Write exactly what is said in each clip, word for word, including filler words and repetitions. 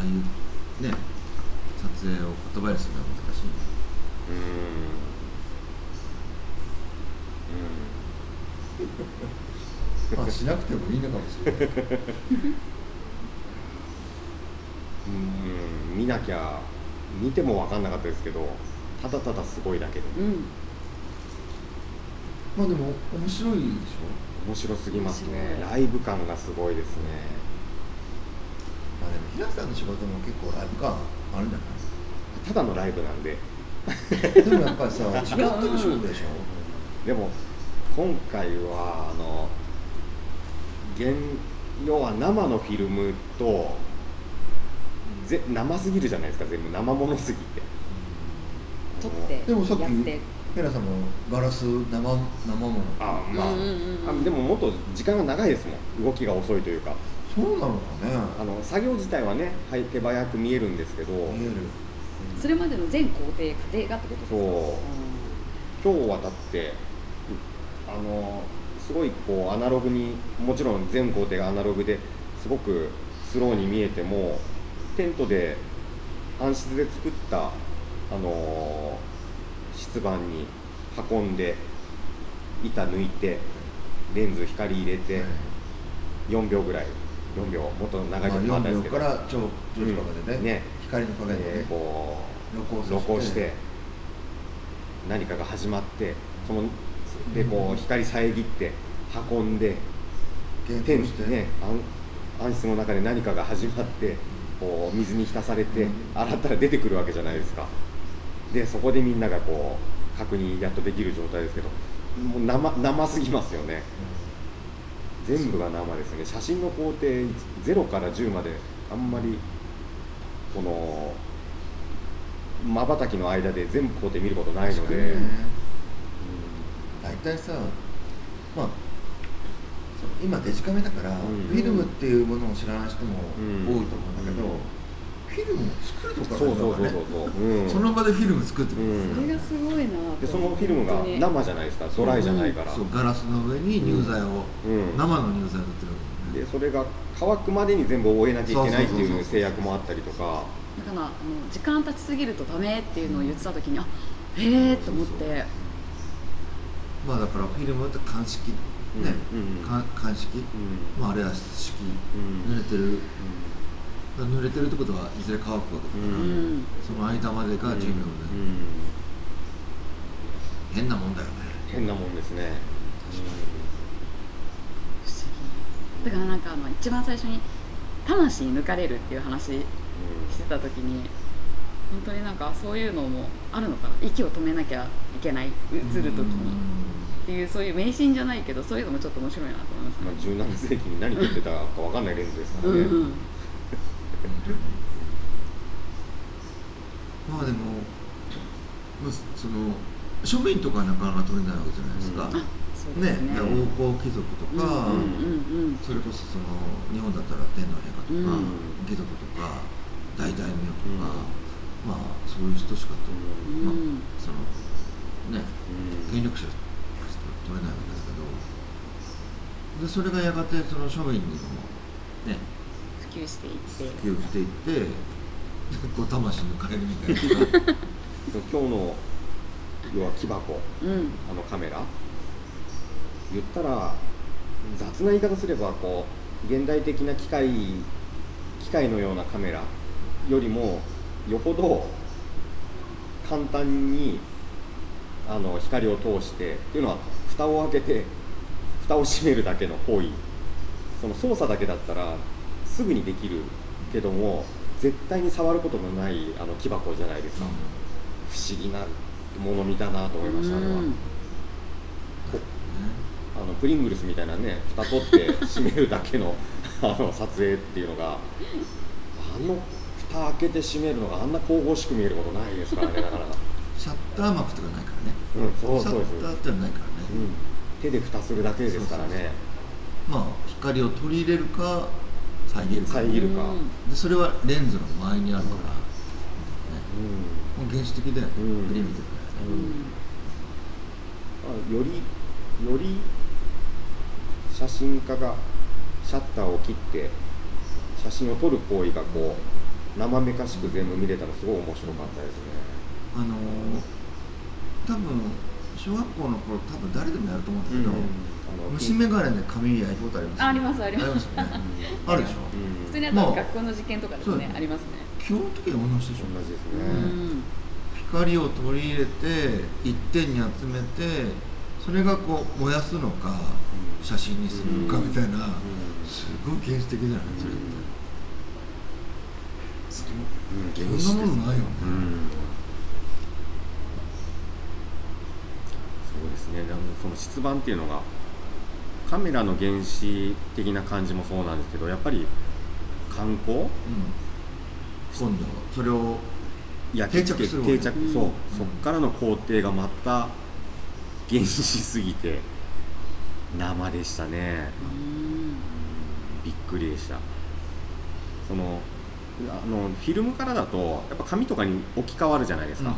いうね撮影を言葉にするのは難しい。うんうんまあしなくてもいいのかもしれないうん見なきゃ見ても分かんなかったですけど、ただただすごいだけで、うん、 まあでも面白いでしょ。 面白すぎますね。ライブ感がすごいですね。 まあでも平さんの仕事も結構ライブ感あるんじゃない。 ただのライブなんででもやっぱりさ時間との勝負でしょ。 でも今回はあの現要は生のフィルムとぜ生すぎるじゃないですか。全部生ものすぎて撮ってでもさっきヘラさんもガラス生生ものあ、まあ、うんうんうん、あでももっと時間が長いですもん。動きが遅いというか。 そうなのかね。 あの作業自体はね手早く見えるんですけど、見える、 うん、それまでの全工程過程がってことですか。そう、 うん、今日はだってあのすごいこうアナログに、もちろん全工程がアナログですごくスローに見えても、テントで暗室で作ったあの室板に運んで板抜いてレンズ光入れてよんびょうぐらい、よんびょうもっと長い時もあったんですけど、 まあ、よんびょうから長時間までね、うん、ね光の加減で、ねえー、こう露光して何かが始まって、そのでこう光遮って運んでテントね、暗室の中で何かが始まってこう水に浸されて洗ったら出てくるわけじゃないですか。でそこでみんながこう確認やっとできる状態ですけど、もう 生, 生すぎますよね。全部が生ですね。写真の工程ゼロからじゅうまであんまりこの瞬きの間で全部工程見ることないので、 大体さ、まあ今デジカメだから、うん、フィルムっていうものを知らない人も多いと思うんだけど、うん、フィルムを作るところからね、その場でフィルム作ってくる、うん、 それがすごいな。 でそのフィルムが生じゃないですか、ドライじゃないから、 そうガラスの上に乳剤を、うん、生の乳剤を塗ってるわけ、ね、でそれが乾くまでに全部終えなきゃいけないっていう制約もあったりとか、 だからあの時間経ちすぎるとダメっていうのを言ってた時に、あへえと思って、そうそうそう、 まあだからフィルムって鑑識ね、うんうん、鑑識、うん、まあ、あれは湿式、うん、濡れてる、うん、濡れてるってことはいずれ乾くわけだから、うん、その間までが寿命で、うん、変なもんだよね。 変なもんですね。確かに、 不思議。だからなんかあの一番最初に魂抜かれるっていう話してた時に、本当になんかそういうのもあるのかな、息を止めなきゃいけない、映る時にっていう、そういう迷信じゃないけど、そういうのもちょっと面白いなと思います、ね。 まあ、じゅうななせいきに何撮ってたか分かんないレンズですからね。うん、うん、 まあでも、まあ、その庶民とかなかなか撮れないわけじゃないですか。うん、そうですね。ね、王侯貴族とか、うんうんうん、それこそその日本だったら天皇陛下とか、うん、貴族とか大大名とか、うん、まあそういう人しかと、うん、まあ、そのね、うん、権力者取れないわけだけど、でそれがやがてその庶民にもね普及していって普及していってこう魂抜かれるみたいな今日の要は木箱、うん、あのカメラ言ったら雑な言い方すればこう現代的な機械機械のようなカメラよりもよほど簡単にあの光を通してっていうのは、蓋を開けて蓋を閉めるだけの行為、その操作だけだったらすぐにできるけども絶対に触ることのないあの木箱じゃないですか、うん、不思議なもの見たなと思いました。あれは、うん、あのプリングルスみたいなね、蓋取って閉めるだけのあの撮影っていうのが、あの蓋開けて閉めるのがあんな神々しく見えることないですからね、なかなかシャッター幕とかないからね、 うん、そうそうです。 シャッターってないからね、うん、 手で蓋するだけですからね。そうそうそう、まあ光を取り入れるか遮るか、 遮るか、 でそれはレンズの前にあるから、うん、もう原始的だよね、うん、プリミティブだよね、 うん、よりより写真家がシャッターを切って写真を撮る行為がこう生めかしく全部見れたらすごい面白かったですね。 あのー、多分小学校の頃多分誰でもやると思うんだけど、うん、あの虫眼鏡で髪焼いたことあります、ね、 ありますあります。 ありますよね。あるでしょ。 普通にあと学校の実験とかですね、ありますね。 基本的には同じでしょ。 同じですね。 光を取り入れて一点に集めて、それがこう燃やすのか写真にするのかみたいな、すごい原始的じゃないそれって。そんなものないよね。うん、 そうですね。その漆板っていうのがカメラの原始的な感じもそうなんですけど、やっぱり観光、うん、 今度それを焼き付け定着、うん、そう、うん、そっからの工程がまた原始すぎて生でしたね。うん、びっくりでした。そのあのフィルムからだとやっぱ紙とかに置き換わるじゃないですか、うんうん、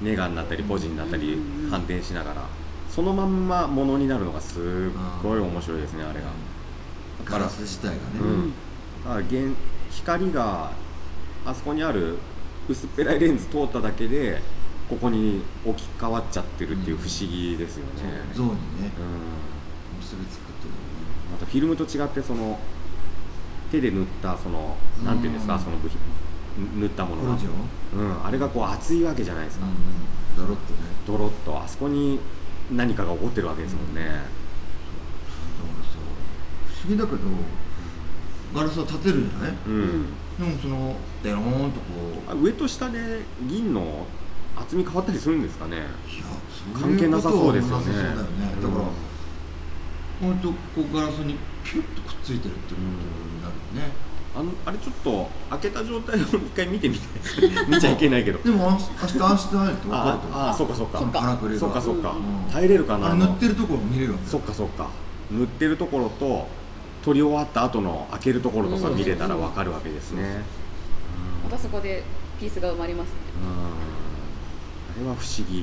ネガになったりポジになったり反転しながらそのまんまものになるのがすっごい面白いですね、あれが。 ガラス自体がね、 うん、だから現光があそこにある薄っぺらいレンズ通っただけでここに置き換わっちゃってるっていう不思議ですよね、 うん、像にね、うん、結びつくっていう、 またフィルムと違ってその手で塗ったそのなんていうんですか、その部品塗ったものが、うん、あれがこう熱いわけじゃないですか、うんうん、 ドロッとねドロッとあそこに何かが起こってるわけですもんね、うん、だからさ不思議だけどガラスを立てるじゃない、うん、でもそのデローンとこう上と下で銀の厚み変わったりするんですかね。いや関係なさそうですよね。 そうだよね、 だから本当こうガラスにピュッとくっついてるっていうことになるね。 あのあれちょっと開けた状態を一回見てみたいですね。見ちゃいけないけど。 でも明日明日入ると分かると思う。 ああ、そうかそうか。 そっかそうかそうか。耐えれるかな。 あれ塗ってるところ見れるわけ。 そっかそっか。塗ってるところと撮り終わった後の開けるところとか見れたら分かるわけですね。 またそこでピースが生まれますね。 あれは不思議。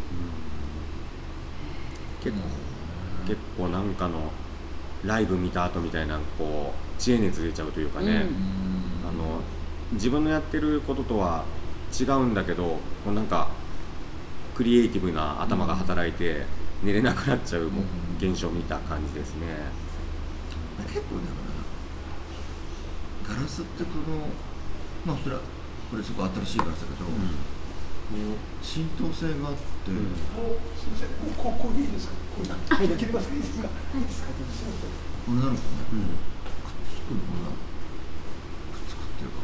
結構結構なんかのライブ見た後みたいなこう知恵熱出ちゃうというかね、うん、あの自分のやってることとは違うんだけどこうなんかクリエイティブな頭が働いて寝れなくなっちゃう現象を見た感じですね、 うん、結構だからガラスってこのまあそれはこれすごく新しいガラスだけど、うん、こう浸透性があって、うん、 すみません、こうこうでいいですか、こうはい、できればいいですか、いいですか、 これなのかね、うん、くっつくのかな、くっつくっていうか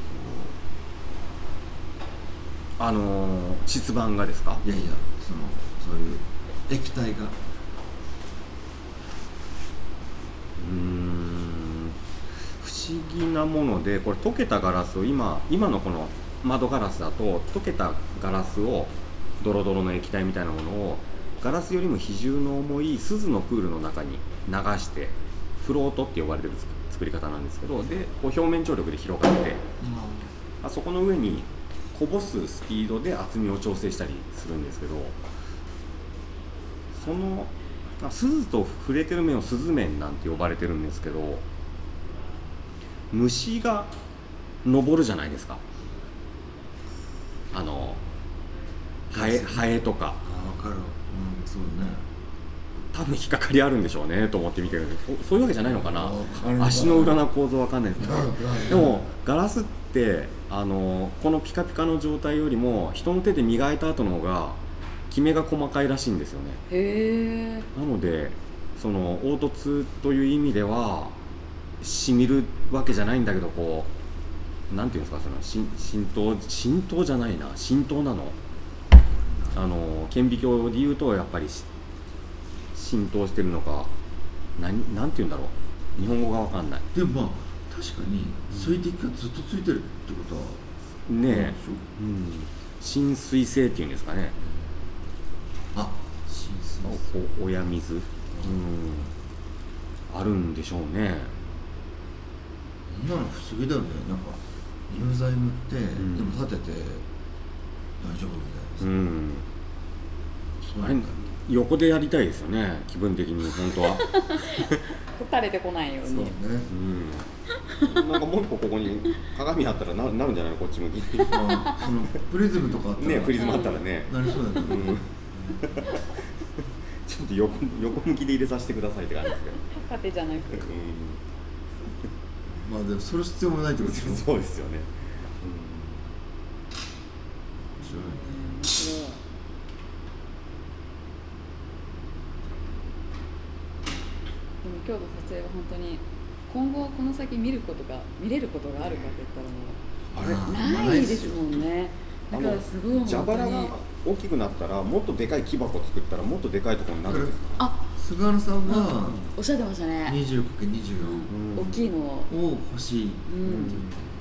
こうあのー、漆板がですか？ いやいや、そのそういう液体がうーん不思議なもので、これ溶けたガラスを今今のこの窓ガラスだと溶けたガラスをドロドロの液体みたいなものをガラスよりも比重の重い錫のプールの中に流してフロートって呼ばれてる作り方なんですけど、でこう表面張力で広がって、うん、あそこの上にこぼすスピードで厚みを調整したりするんですけど、その錫と触れてる面を錫面なんて呼ばれてるんですけど、虫が登るじゃないですか、あのハエ、ハエとか。 あ、分かる、うん、そうね。 多分引っかかりあるんでしょうねと思って見てるんですけど、そそういうわけじゃないのかな。足の裏の構造わかんないですけど、でもガラスってあのこのピカピカの状態よりも人の手で磨いた後の方がきめが細かいらしいんですよね。 へー。 なのでその凹凸という意味では染みるわけじゃないんだけど、こうなんていうんですか、その浸透浸透じゃないな浸透なの。あの顕微鏡で言うとやっぱり浸透してるのか、何なんていうんだろう、日本語が分かんない。 でもまあ確かに水滴がずっとついてるってことはねえ、うん、浸水性っていうんですかね。 あ、浸水性、お親水、うん、あるんでしょうね。 そんなの不思議だよね。なんか乳剤塗って、うん、でも立てて大丈夫みたいな、うん、 あれ横でやりたいですよね、気分的に本当は垂れてこないように。 そうね、 うんなんかもう一個ここに鏡あったら な, なるんじゃないのこっち向きにあそのプリズムとかあったらねプリズムあったらねなりそうだけど、うん、 ちょっと 横, 横向きで入れさせてくださいって感じですけど縦じゃなく、うん、 まあでもそれ必要もないってことですよそうですよね、 うん、 面白い。でも今日の撮影は本当に今後この先見ることが見れることがあるかって言ったらもうあれないですもんね。だからすごい本当に蛇腹が大きくなったらもっとでかい木箱作ったらもっとでかいところになるんですか。 あ、 菅原さんは、 うん、おっしゃってましたね。 にじゅうかけるにじゅうよん、 うん、大きいのを欲しい、うんうん、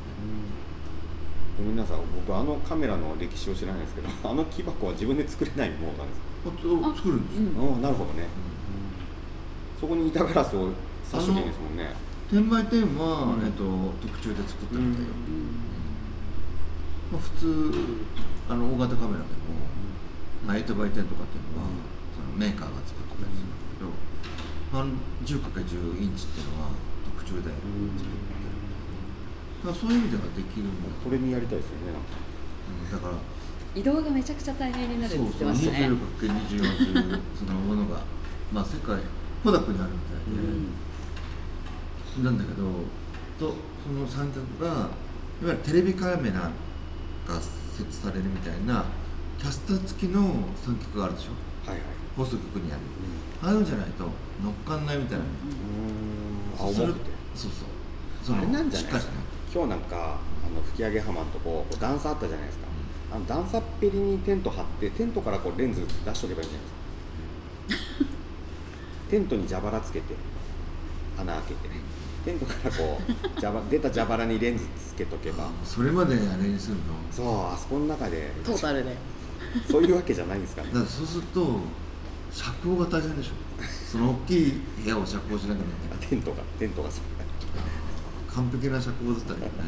ごめんなさい、僕あのカメラの歴史を知らないですけど、あの木箱は自分で作れないものなんですか。 作るんですよ、 うん、なるほどね、うん、そこに板ガラスを刺しとけんですもんね。 天売店は、うんえっと、特注で作ったみたいよ、うんまあ、普通あの大型カメラでも、うんまあ、エイトバイテンとかっていうのは、うん、そのメーカーが作ってたりするんだけど、うん、じゅうかけるじゅう インチっていうのは特注で作ってるみたいな、だからそういう意味ではできるんだ。 これにやりたいですよね。 なんか、うん、だから移動がめちゃくちゃ大変になるって言ってましたね。 そうそう にじゅうかけるにじゅうよん っていうそのものがまあ世界コダックにあるみたいで、うん、なんだけどとその三脚がいわゆるテレビカメラが設置されるみたいなキャスター付きの三脚があるでしょ、はいはい、放送局にある、うん、ああいうんじゃないと乗っかんないみたいな、うん、 うん、あ、重くてそうそうそれなんじゃないですか、ね、今日なんかあの吹き上げ浜のとここう段差あったじゃないですか、うん、あの段差っぺりにテント張ってテントからこうレンズ出しとけばいいんじゃないですかテントに蛇腹つけて穴開けてテントからこう蛇出た蛇腹にレンズつけとけばそれまであれにするの。 そうあそこの中でトータルでそういうわけじゃないんですかね。 だからそうすると遮光が大変でしょその大きい部屋を遮光しなきゃいけないテントがテントがそう完璧な遮光だったらいいね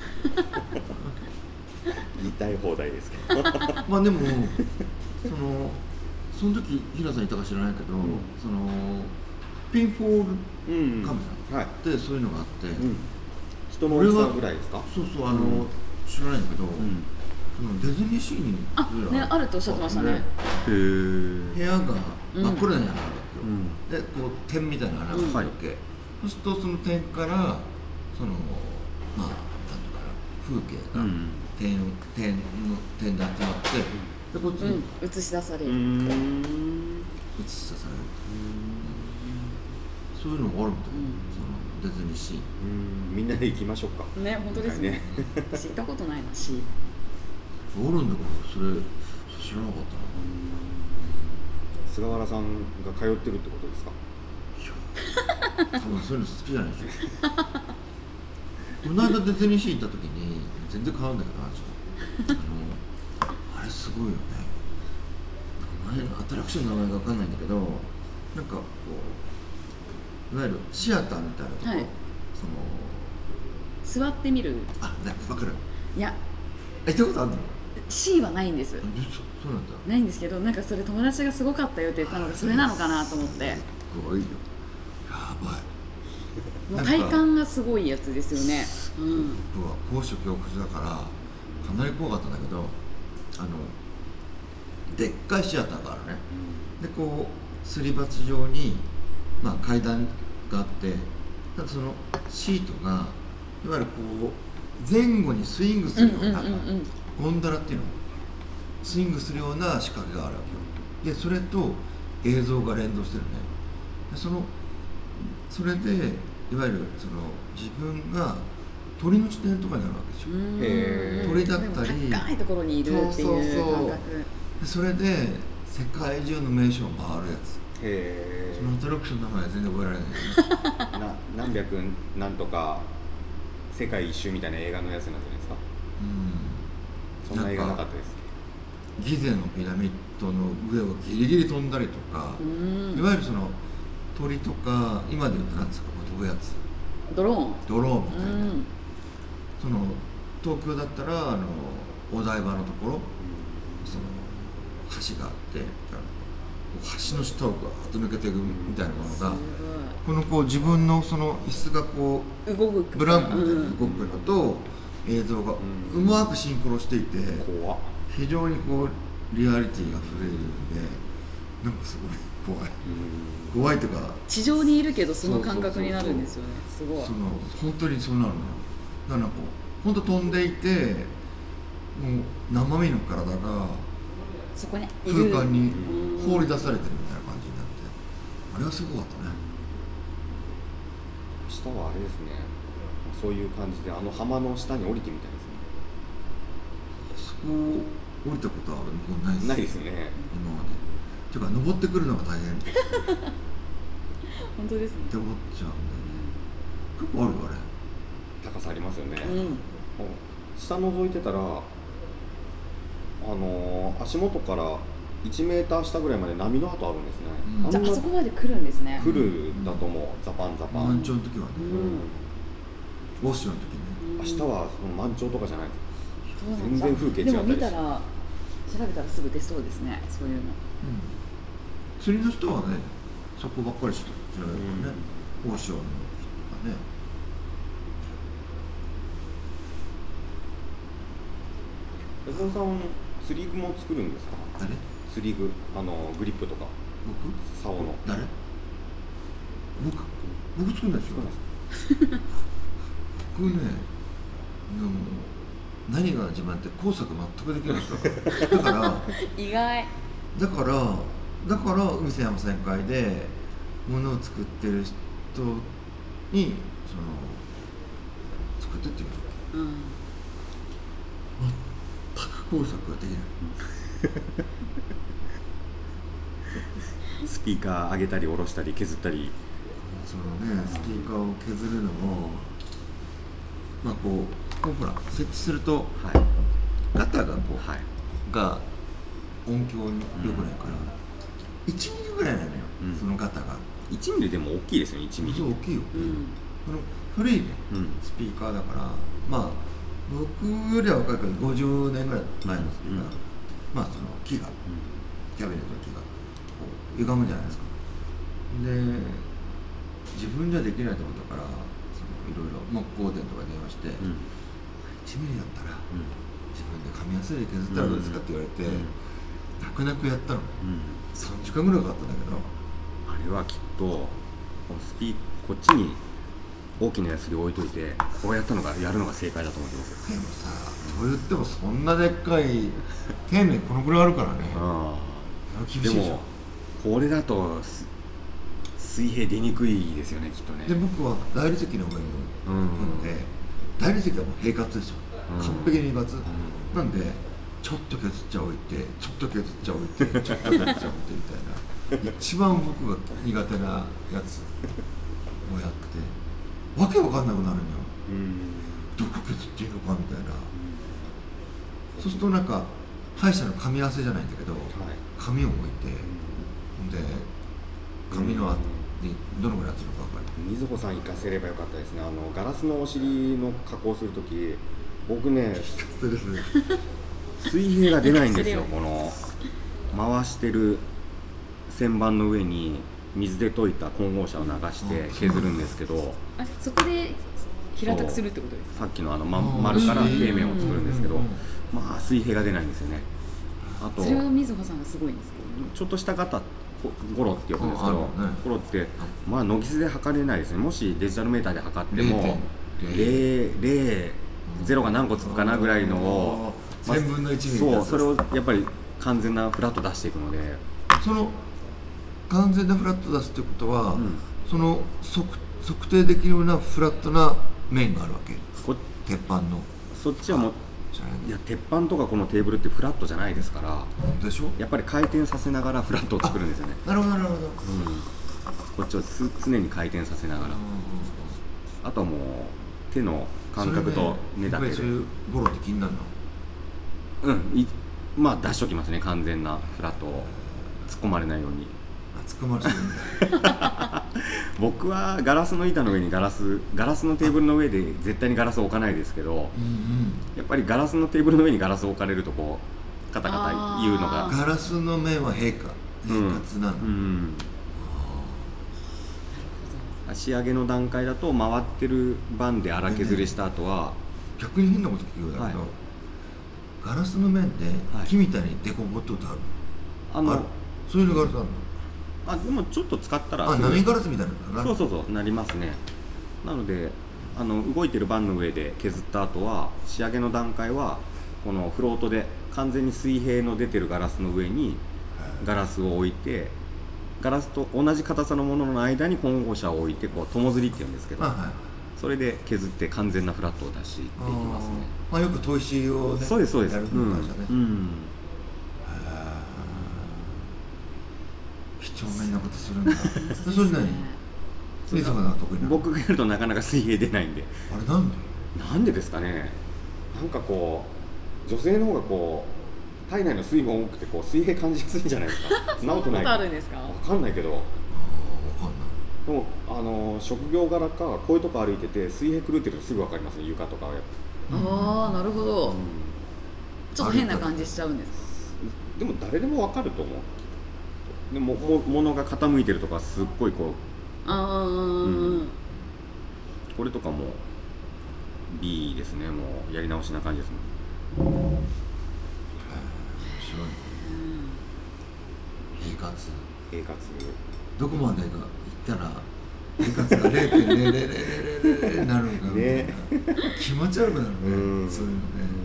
言いたい放題ですけどまあでもそのその時平さんいたか知らないけど、うん、そのピンフォールカメラってそういうのがあって、うん、 人の大きさぐらいですか。 そうそうあの、うん、知らないんだけど、うん、そのディズニーシーにあ、ね、あるとおっしゃってましたね。へ部屋が真っ暗になるわけよ、うん、でこう点みたいな穴が入るわけ、うん、そうするとその点からそのまあなんていうかな風景が点、うん、点の点で集まって、でこっちに、 うん、映し出される。 映し出される。そういうのもあるみたい、うん、そのディズニーシー。 うんみんなで行きましょうか。 ね、本当ですね。ね私行ったことないなシー。 あるんだけどそれ知らなかったな。 菅原さんが通ってるってことですか。 いや多分そういうの好きじゃないでしょこの間ディズニーシー行った時に全然変わるんだけどあのあれすごいよね。名前のアトラクションの名前が分かんないんだけどなんかこういわゆるシアターみたいなところ、はい、 その座ってみる。 あ、ね、分かる。いや行ったことあるの。 C はないんです。 そうなんだ。 ないんですけどなんかそれ友達がすごかったよって言ってたのがそれなのかなと思って。すごいよ。やばい。 もう体感がすごいやつですよね。うん、 僕は高所恐怖症だからかなり怖かったんだけどあのでっかいシアターがあるね、うん、でこうすり鉢状に、まあ、階段があってただそのシートがいわゆるこう前後にスイングするようなゴンドラっていうのスイングするような仕掛けがあるわけよ。でそれと映像が連動してるね。でそのそれでいわゆるその自分が鳥の視点とかになるわけですよ。へ鳥だったり高いところにいるっていう感覚。 でそれで世界中の名所を回るやつ。へそのアトラクションの名前は全然覚えられないですねな何百なんとか世界一周みたいな映画のやつなんじゃないですか。うんそんな映画なかったです。 ギゼのピラミッドの上をギリギリ飛んだりとか、いわゆるその鳥とか今で言うと何ですか飛ぶやつドローンドローンみたいな、その東京だったらあのお台場のところ、その橋があって橋の下をガーッと抜けていくみたいなものが、このこう自分のその椅子がこう動くブランコみたいに動くのと映像がうまくシンクロしていて、非常にこうリアリティが触れるんで、なんかすごい怖い、怖いとか地上にいるけどその感覚になるんですよね。すごい。 その本当にそうなるのよ。だからこう本当飛んでいて、もう生身の体がそこに空間に放り出されてるみたいな感じになって、あれはすごかったね。 下はあれですね、そういう感じであの浜の下に降りてみたいですね。 そこ降りたことは僕ないです。 ないですね、 今まで。ていうか登ってくるのが大変本当ですねって思っちゃうんだよね。結構あるあれ高さありますよね、 うん、 下覗いてたら、あのー、足元からいちメーター下ぐらいまで波の跡あるんですね、 うん、 じゃああそこまで来るんですね。 来るだと思う、うん、ザパンザパン。 満潮の時はね、うん、ウォッシュの時ね、 明日はその満潮とかじゃないです。全然風景違ったりして。 でも見たら調べたらすぐ出そうですね、そういうの、うん、 釣りの人はねそこばっかり知らないからね、ウォッシュの人とかね。 矢沢さん釣り具も作るんですか？ 誰？ 釣り具、あのグリップとか。 僕？ 竿の。 誰？僕？僕作んないですよ。僕ね、でも何が自慢って工作全くできない人だから。 意外。 だからだから海瀬山旋回で物を作ってる人にその作ってっていうの。うん。全く工作ができないスピーカー上げたり下ろしたり削ったり、 そのねスピーカーを削るのもまあこう、こうほら設置すると、はい、ガタがこう、はい、が音響に良くないから、うん、いちミリぐらいなのよ、うん、そのガタがいちミリでも大きいですよね。いちミリそう大きいよ、うん、この古いね、うん、スピーカーだからまあ僕よりは若いからごじゅうねんぐらい前のスピーカー、うん、まあその木が、うん、キャビネットの木がこう歪むじゃないですか。で自分じゃできないと思ったからそのいろいろ木工店とかに電話して、うん、いちミリだったら、うん、自分で紙やすりで削ったらどうですかって言われて、うん、泣く泣くやったの、うん、さんじかんぐらいかかったんだけど、 あれはきっとこのスピこっちに大きなやつで置いといてこうやったのがやるのが正解だと思ってます。 でもさ、と言ってもそんなでっかい丁寧このぐらいあるからね。あ厳しいでしょ。でもこれだと水平出にくいですよね、きっとね。 で僕は大理石の上に組んで、うん、大理石はもう平滑ですよ、うん、完璧に平滑、うん、なんでちょっと削っちゃおいてちょっと削っちゃおいてちょっと削っちゃおいてみたいな一番僕が苦手なやつをやってわけわかんなくなるのよ、うん、どこ削っていいのかみたいな、うん、そうするとなんか歯医者の噛み合わせじゃないんだけど、はい、紙を置いて、うん、で紙のにどのぐらいやつのか分かる。 みずほさん行かせればよかったですね。あのガラスのお尻の加工するとき僕ね水平が出ないんですよ。この回してる旋盤の上に水で溶いた混合車を流して削るんですけど、 あそこで平たくするってことですか。 さっきのあの、ま、丸から平面を作るんですけど、まあ水平が出ないんですよね。あとそれはみずほさんがすごいんですけど、 ちょっとした型ゴロって呼ぶんですけど、ね、ゴロってまあノギスで測れないですね。もしデジタルメーターで測ってもゼロが何個つくかなぐらいのをせんぶんのいちミリ、 そうそれをやっぱり完全なフラット出していくので、 その完全なフラット出すってことは、うん、その測測定できるようなフラットな面があるわけ。鉄板のそっちはもういや鉄板とかこのテーブルってフラットじゃないですからでしょ。 やっぱり回転させながらフラットを作るんですよね。 なるほどなるほど、うん、 こっちをす常に回転させながら、あとはもう手の感覚と目だけで。 そういうゴロって気になるの？うんいまあ出しときますね。完全なフラットを突っ込まれないように。 突っ込まれそうんだ僕はガラスの板の上にガラスガラスのテーブルの上で絶対にガラスを置かないですけど、うんうん、やっぱりガラスのテーブルの上にガラスを置かれるとこうカタカタ言うのが。 ガラスの面は平か平滑なの、うん、 仕上げの段階だと回ってる番で荒削りした後は、 ね、逆に変なこと聞くようだけど、はい、ガラスの面で木みたいにデコボットってある、あのあるそういうのガラスあるの？ あ、でもちょっと使ったらあ、波ガラスみたいなのそうそうそうなりますね。なのであの動いてる番の上で削った後は仕上げの段階はこのフロートで完全に水平の出てるガラスの上にガラスを置いて、ガラスと同じ硬さのものの間に混合車を置いてこう友釣りっていうんですけど、はいはい、それで削って完全なフラットを出していきますね。 あ、まあ、よく砥石を、ね、 そうですそうです、 やるの会社ね、うんうん、几帳面なことするんだそれ何水素が得意なの？ 僕がやるとなかなか水平出ないんで。 あれなんで？ なんでですかね。なんかこう女性の方がこう体内の水分多くてこう水平感じやすいんじゃないですか。 そんなことあるんですか？わかんないけど。わかんない。でもあの職業柄かこういうとこ歩いてて水平狂ってるとすぐわかりますね。床とかはやっぱ、うん、ああなるほど、うん、ちょっと変な感じしちゃうんですか？ でも誰でもわかると思う。でもも物が傾いてるとかすっごいこうあ、うん、これとかも B ですね。もうやり直しな感じですもん。面白い。平滑平滑どこまでが行ったら平滑が れいてんれいれいれいれいれいになるのかみたいな、ね、気持ち悪くなるね、うん、そういうのね。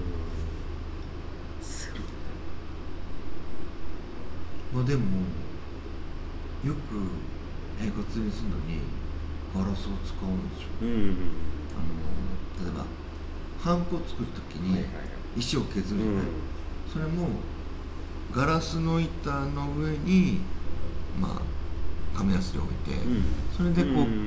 まあでもよく平滑にするのにガラスを使うんですよ、うんうん、あの例えばハンコを作るときに石を削るじゃない、うん、それもガラスの板の上にまあ亀やすりを置いて、うん、それでこう、うん、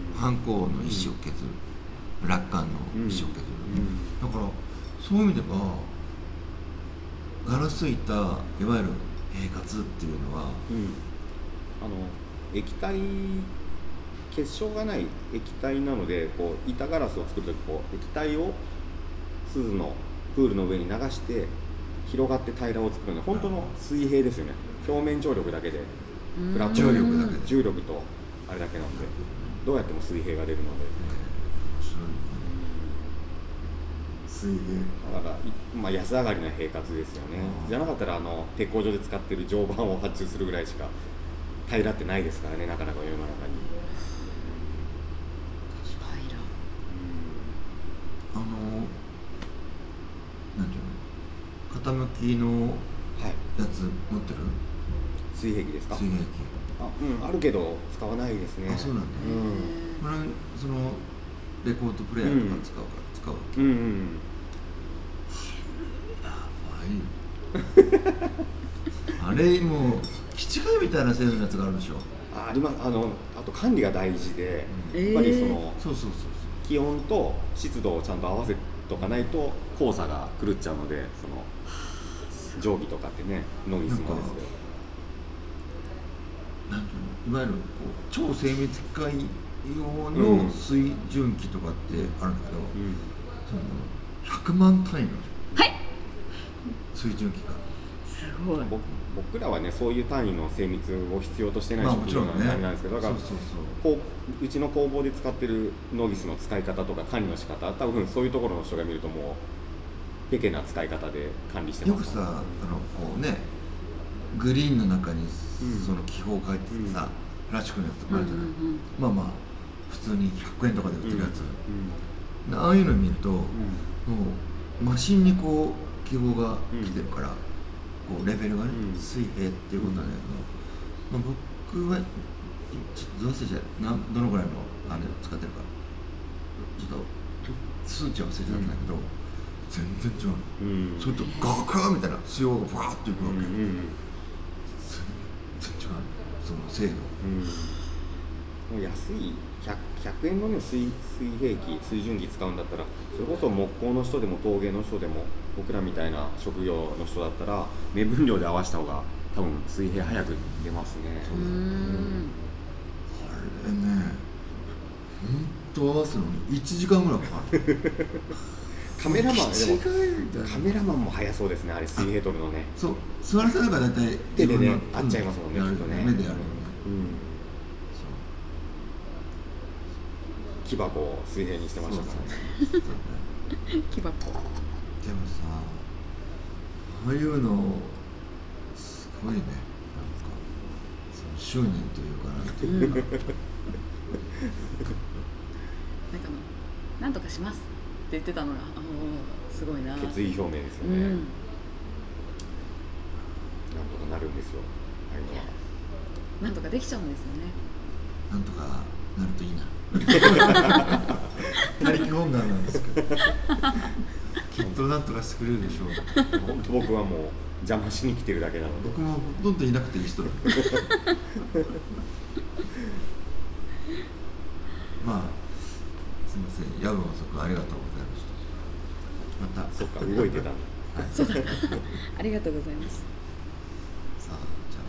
ハンコの石を削る、うん、落款の石を削る、うん、だからそういう意味ではガラス板いわゆる平滑っていうのは、うん、 あの液体結晶がない液体なのでこう板ガラスを作るときこう液体を鈴のプールの上に流して広がって平らを作るので本当の水平ですよね。表面張力だけでフラット重力だけで重力とあれだけなのでどうやっても水平が出るので、 水平だから、まあ、安上がりな平滑ですよね。じゃなかったらあの鉄工所で使ってる常磐を発注するぐらいしか平らってないですからね、なかなか世の中に。 平ら、 うん、あのなんていうの、傾きのやつ持ってる？ 水平器ですか？ 水平器。 あ、うん、あるけど使わないですね。 あ、そうなんだ。うん。そのレコードプレイヤーとか使うから、うん、使う。うんうん。やばい。あれもう気違いみたいな精度のやつがあるでしょ。 あ、あります。あのあと管理が大事で、うん、やっぱりその、 そうそうそうそう。 気温と湿度をちゃんと合わせとかないと黄砂が狂っちゃうので、その定規とかってね、ノギスもですけど。 なんていうの、いわゆるこう超精密機械用の水準器とかってあるんだけど、うん、そのひゃくまん単位の水準器が。 すごい。 僕らはね、そういう単位の精密を必要としてない職業なんですけど、だからこううちの工房で使ってるノギスの使い方とか管理の仕方、多分そういうところの人が見るともうペケな使い方で管理してます。 よくさ、あのこうね、グリーンの中にその気泡が入っててさ、うん、プラスチックのやつとかあるじゃない、うんうんうん、まあまあ普通にひゃくえんとかで売ってるやつ、うんうん、ああいうの見ると、うん、もうマシンにこう気泡が来てるから、こうレベルがね、うん、水平っていうことなんだけど、まあ、僕はちょっとどうせじゃなどのぐらいのあれを使ってるかちょっと数値は忘れちゃったんだけど、うん、全然違う、うん、それとガクーみたいな水泡がバーッといくわけ、うんうん、全然違うその精度、 うん、もう安いひゃくえんの、ね、水, 水平器水準器使うんだったらそれこそ木工の人でも陶芸の人でも僕らみたいな職業の人だったら目分量で合わせた方が多分水平早く出ますね。 そうですね、うん、あれね本当合わすのにいちじかんぐらいかかるカメラマンでも違うカメラマンも速そうですね、あれ水平取るのね。 そう座らせながら大体手でね合っちゃいますもんね、 やるきっとね。 目でやるよね、 うん、木箱を水平にしてましたからね。 木箱。 でもさ、ああいうのすごいね、なんかその執念というかなんていうか、 なんかもうなんとかしますって言ってたのが、ああすごいな。 決意表明ですよね、うん、なんとかなるんですよ、ああいうのは。 なんとかできちゃうんですよね。 なんとかなるといいな。他力本願なんですけど、きっとなんとかしてくれるでしょう。 本当僕はもう邪魔しに来てるだけなので。 僕もほとんどいなくていい人だ。まあすみません、夜分遅くありがとうございました。またそっか動いてたんだ。 そうだ。ありがとうございます。